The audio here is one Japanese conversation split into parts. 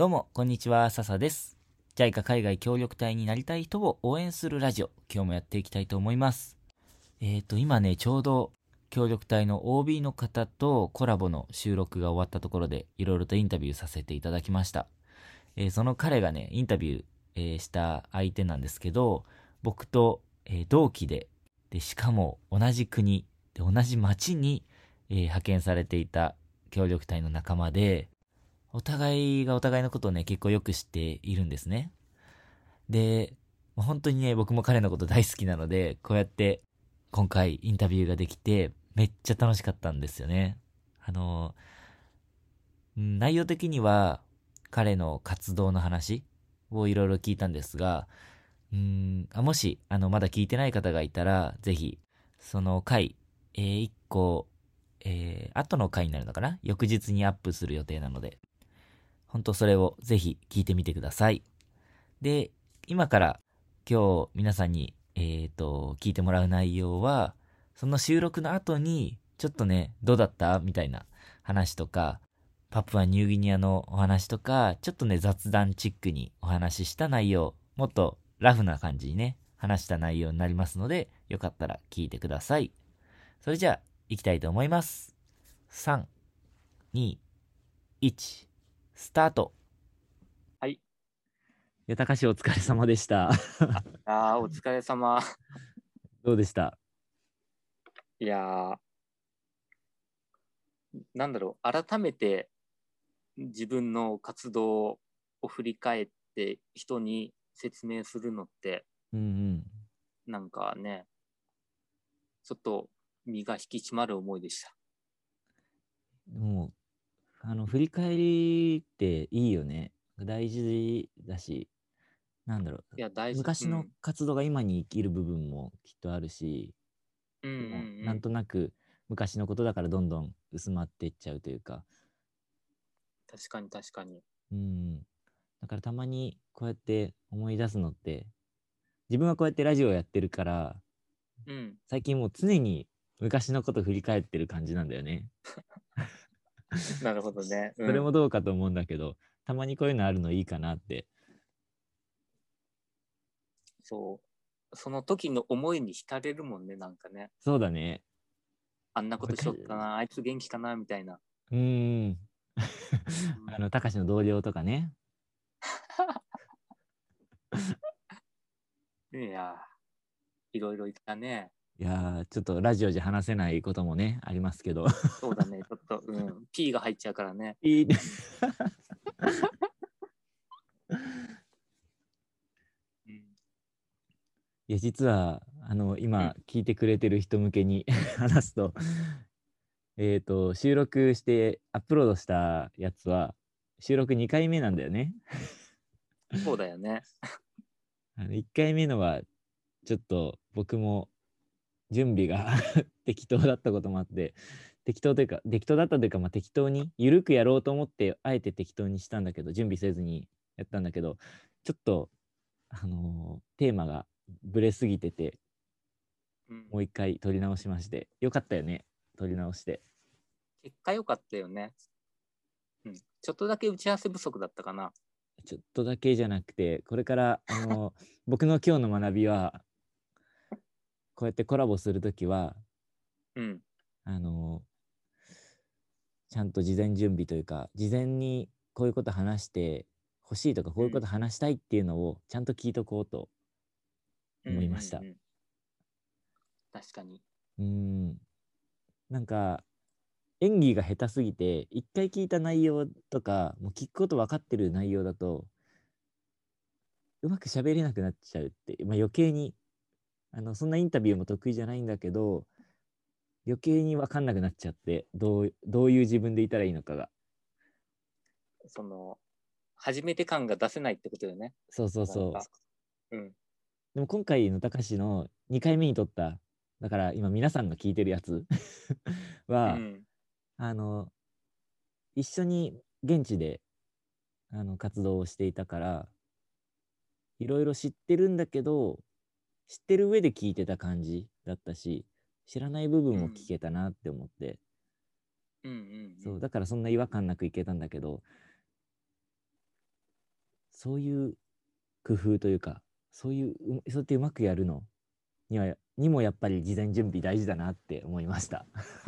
どうも、こんにちは、笹です。JICA 海外協力隊になりたい人を応援するラジオ、今日もやっていきたいと思います。今ね、ちょうど協力隊の OB の方とコラボの収録が終わったところで、いろいろとインタビューさせていただきました。その彼がね、インタビュー、した相手なんですけど、僕と、同期で、しかも同じ国、で同じ町に、派遣されていた協力隊の仲間で、お互いがお互いのことをね、結構よく知っているんですね。で、本当にね、僕も彼のこと大好きなので、こうやって今回インタビューができて、めっちゃ楽しかったんですよね。内容的には彼の活動の話をいろいろ聞いたんですが、もし、まだ聞いてない方がいたら、ぜひ、その回、1個、後の回になるのかな、翌日にアップする予定なので、本当それをぜひ聞いてみてください。で、今から今日皆さんに、聞いてもらう内容は、その収録の後に、ちょっとね、どうだったみたいな話とか、パプアニューギニアのお話とか、ちょっとね、雑談チックにお話しした内容、もっとラフな感じにね、話した内容になりますので、よかったら聞いてください。それじゃあ、行きたいと思います。3、2、1、スタート。 はい。 高橋お疲れ様でした。 お疲れ様。 どうでした？ いやー、なんだろう、改めて自分の活動を振り返って人に説明するのって、 うんなんかね、ちょっと身が引き締まる思いでした。 うん。もう、振り返りっていいよね。大事だし、なんだろう。 いや、大事。う昔のん。 活動が今に生きる部分もきっとあるし、 うんうんでも、なんうん。 となく昔のことだからどんどん薄まっていっちゃうというか、 確かに確かに。 うん。だからたまにこうやって思い出すのって、自分はこうやってラジオやってるから、 うん。 最近もう常に昔のこと振り返ってる感じなんだよね。 なるほどね。うそれもん。 どうかと思うんだけど、たまにこういうのあるのいいかなって。 そう。その時の思いに浸れるもんね、なんかね。 そうだね。 あんなことしよった昔、 な、あいつ元気かな、みたいな。 うーん。 うん、 たかしの同僚とかね。 いやー、いろいろいたね。 いやー、ちょっとラジオじゃ話せないこともね、ありますけど。 そうだね、ちょっと、P が入っちゃうからね。 いいね。 うん、 いや、実は、 うん、 今、聞いてくれてる人向けに話すと、収録してアップロードしたやつは、収録2回目なんだよね。 そうだよね。 1回目のは、ちょっと僕も準備が適当だったこともあって、適当だったというか、まあ、適当に、緩くやろうと思って、あえて適当にしたんだけど、準備せずにやったんだけど、ちょっと、テーマがブレすぎてて、 うん、 もう一回撮り直しまして、よかったよね、撮り直して。 結果良かったよね。うん。ちょっとだけ打ち合わせ不足だったかな。 ちょっとだけじゃなくて、これから、僕の今日の学びは、こうやってコラボするときは、 うん。 あのちゃんと事前準備というか、事前にこういうこと話して欲しいとか、こういうことうん。 話したいっていうのをちゃんと聞いとこうとうん。う思いました。 ん。確かに。 うーん、なんか演技が下手すぎて、一回聞いた内容とか、もう聞くこと分かってる内容だと、うまく喋れなくなっちゃうって、まあ、余計に、そんなインタビューも得意じゃないんだけど、余計に分かんなくなっちゃって、どういう自分でいたらいいのかが。 その、初めて感が出せないってことよね。 そうそうなんか。 そう。 うん。 でも今回の高橋の2回目に撮った、だから今皆さんが聞いてるやつは、 うん。 あの、一緒に現地で活動をしていたから、いろいろ知ってるんだけど、知ってる上で聞いてた感じだったし、知らない部分も聞うん。 けたなって思って、 うん。うん。 そう、だからそんな違和感なくいけたんだけど、 そういう工夫というか、そうやってうまくやるのにもやっぱり事前準備大事だなって思いました。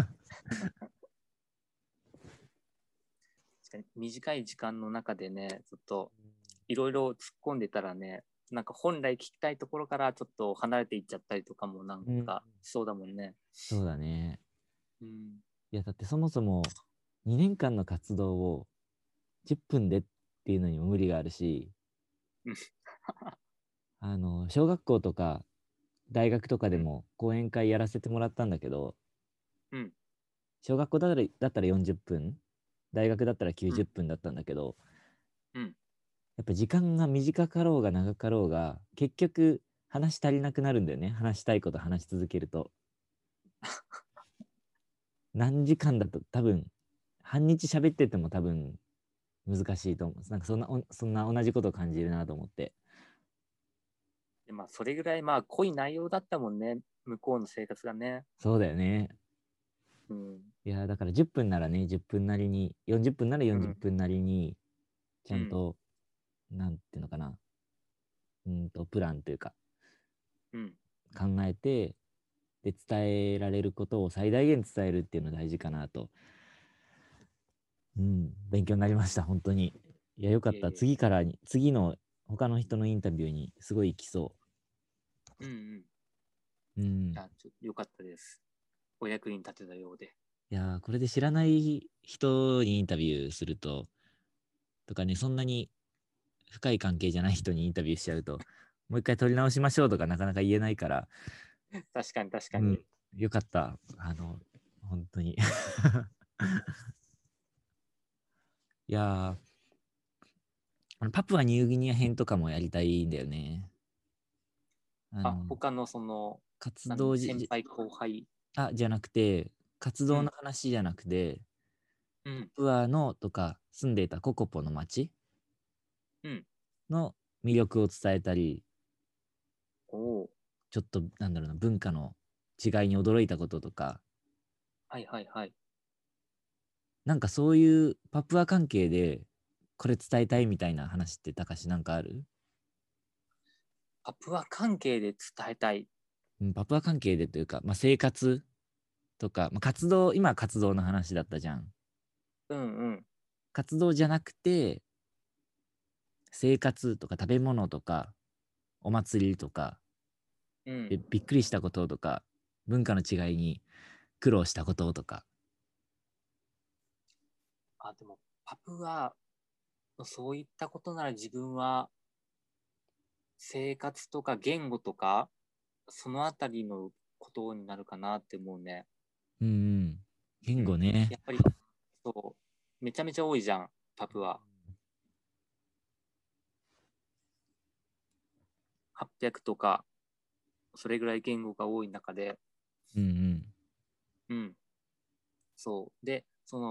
確かに短い時間の中でね、ちょっといろいろ突っ込んでたらね、なんか本来聞きたいところからちょっと離れていっちゃったりとかもなんうん、 かしそうだもんね。 そうだね。 うん。 いや、だってそもそも2年間の活動を10分でっていうのにも無理があるし、 うん小学校とか大学とかでうんも講演会やらせてもらったんだけど、 うん小学校だったら40分、大学だったら90 うん分だったんだけど、 うんやっぱ時間が短かろうが長かろうが、結局話足りなくなるんだよね。話したいこと話し続けると。何時間だと多分、半日喋ってても多分難しいと思う。なんかそんな同じことを感じるなと思って。 でまあ、それぐらいまあ濃い内容だったもんね、向こうの生活がね。 そうだよね。 うん。 いや、だから10分ならね、10分なりに、40分なら40 うん分なりに、ちうん。 ゃんと、なんていうのかな、プランというか、 うん。 考えて、で、伝えられることを最大限伝えるっていうの大事かなと、勉強になりました、本当に。いや、よかった。 いえいえ。 次の他の人のインタビューにすごい行きそうんうん。 う。 よかったです。お役に立てたようで。 いやー、これで知らない人にインタビューするとかね、そんなに深い関係じゃない人にインタビューしちゃうと、もう一回取り直しましょうとかなかなか言えないから、 確かに確かに。 うん、よかった。本当に。いやー、パプアニューギニア編とかもやりたいんだよね。ああ、 の、 他のその、 活動先輩後輩。 じゃなくて、活動のうん話じゃなくて、パうんプアのとか住んでいたココポの町うんの魅力を伝えたり、 おお。 ちょっとなんだろうな、文化の違いに驚いたこととか、 はいはいはい。 なんかそういうパプア関係でこれ伝えたうんいみたいな話ってたかしなんかある？ パプア関係で伝えたい。 パプア関係でというか、まあ、生活とか、まあ、今は活動の話だったじゃん。 うんうん活動じゃなくて、生活とか食べ物とか、お祭りとか、 うんでびっくりしたこととか、文化の違いに苦労したこととか。 あ、でも、パプア、そういったことなら自分は生活とか言語とか、そのあたりのことになるかなって思うね。 うんうん。言語うん。 ね。 やっぱり、そう、めちゃめちゃ多いじゃん、パプア。800とか、それぐらい言語が多い中で、 うんうん。 うん。そう。で、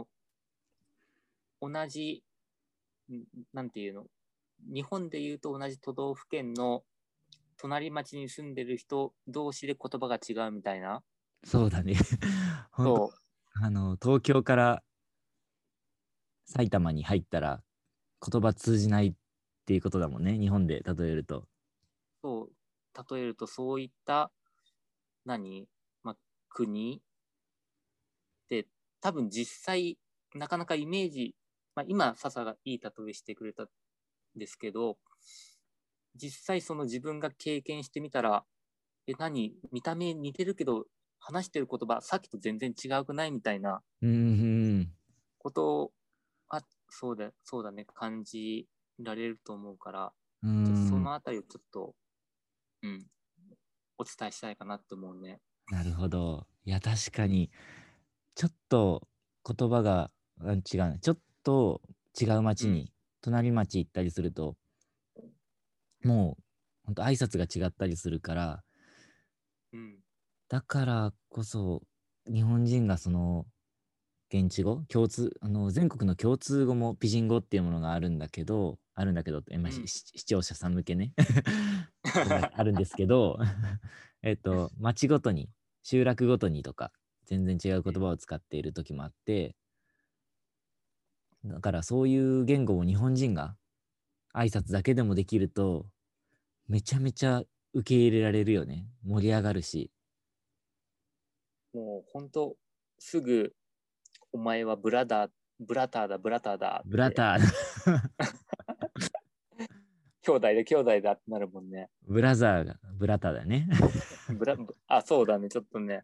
同じ、なんていうの、日本でいうと同じ都道府県の隣町に住んでる人同士で言葉が違うみたいな。 そうだね。本当、 そ東京から埼玉に入ったら言葉通じないっていうことだもんね。日本で例えると。 そう、例えるとそういった、何、まあ、国で、多分実際、なかなかイメージ、まあ、今、笹がいい例えしてくれたんですけど、実際その自分が経験してみたら、見た目似てるけど、話してる言葉、さっきと全然違うくないみたいなうんうんことは、そうだね、感じられると思うから、 うん。 ちょっとそうん。 のあたりをちょっと、うん、お伝えしたいかなって思うね。 なるほど。いや、確うん、 かに、ちょっと言葉が、違うね。ちょっと違ううん、 町に、隣町行ったりすると、もう、ほんと挨拶が違ったりするから、 うん、 だからこそ、日本人がその、現地語、全国の共通語もピジン語っていうものがあるんだけど、 うん。 視聴者さん向けねあるんですけど、町ごとに、集落ごとにとか、全然違う言葉を使っている時もあって、だからそういう言語を日本人が挨拶だけでもできると、めちゃめちゃ受け入れられるよね。盛り上がるし。 もうほんと、すぐ、お前はブラターだブラって、 ター、 兄弟で兄弟だってなるもんね。 ブラザーがブラターだね。 あ、そうだね、ちょっとね。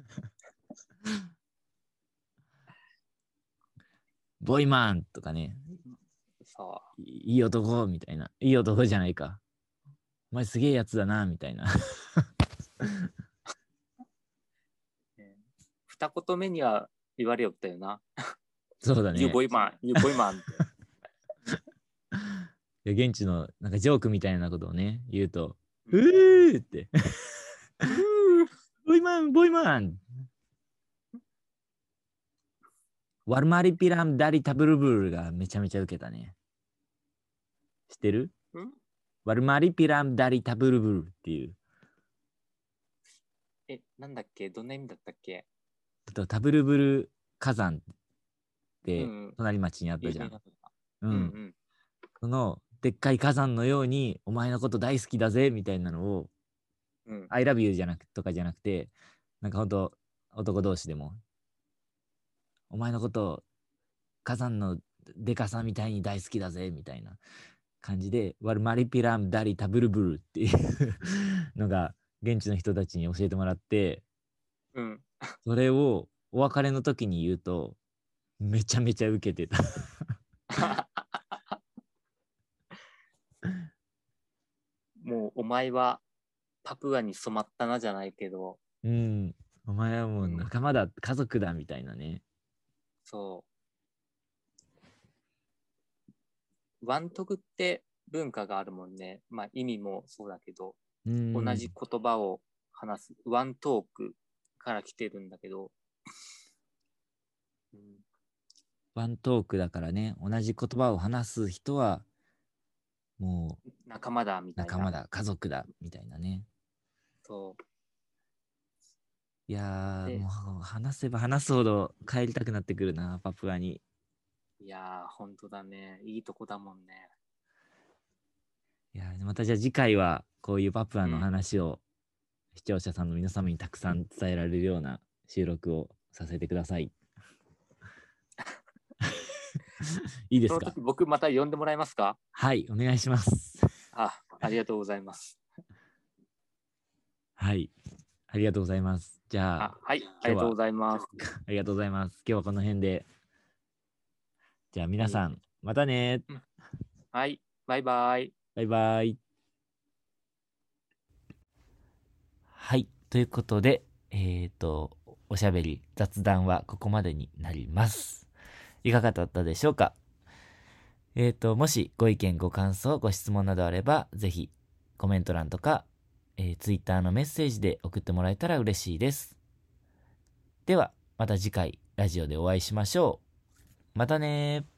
ボイマンとかね。 そいい男みたいな。いい男じゃないか。お前すげえやつだな、みたいな。 う。二言目には言われよったよな。 そうだね。 You boy man, you boy man って。 いや現地のなんかジョークみたいなことをね、言うと、 うんーって。ボイマン、ボイマン。ワルマリピラムダリタブルブルがめちゃめちゃ受けたね。知ってる？ワルマリピラムダリタブルブルっていう。 なんだっけ、どんな意味だったっけ？ タブルブル火山ってうん隣町にあったじゃん。 うんうん。 そのでっかい火山のようにお前のこと大好きだぜみたいなのを、 うん。 I love you じゃなくとかじゃなくて、なんかほんと男同士でもお前のこと火山のでかさみたいに大好きだぜみたいな感じで、ワルマリピラムダリタブルブルっていうのが現地の人たちに教えてもらって、 うん。 それをお別れの時に言うとめちゃめちゃウケてた。 もうお前はパプアに染まったなじゃないけど、 うん、お前はもう仲間だ、家族だみたいなね。 そう。ワントクって文化があるもんね。まあ意味もそうだけど、同じ言葉を話す。ワントークから来てるんだけど、 ワントークだからね、同じ言葉を話す人はもう仲間だみたいな。 仲間だ、家族だみたいなね。 そう。 いやー、 でもう話せば話すほど帰りたくなってくるな、パプアに。 いやー、ほんとだね。いいとこだもんね。 いやー、またじゃあ次回はこういうパプアの話を視聴者さんの皆様にたくさん伝えられるような収録をさせてください。いいですか？ その時僕また呼んでもらえますか？ はい、お願いします。 ありがとうございます。 はい、ありがとうございます。じゃあ、 はい、ありがとうございます。 ありがとうございます。今日はこの辺で。じゃあ皆さん、またね。 はい、バイバイ。 バイバイ。はい、ということで、おしゃべり、雑談はここまでになります。いかがだったでしょうか？もしご意見、ご感想、ご質問などあれば、ぜひコメント欄とか、Twitter のメッセージで送ってもらえたら嬉しいです。では、また次回ラジオでお会いしましょう。またねー。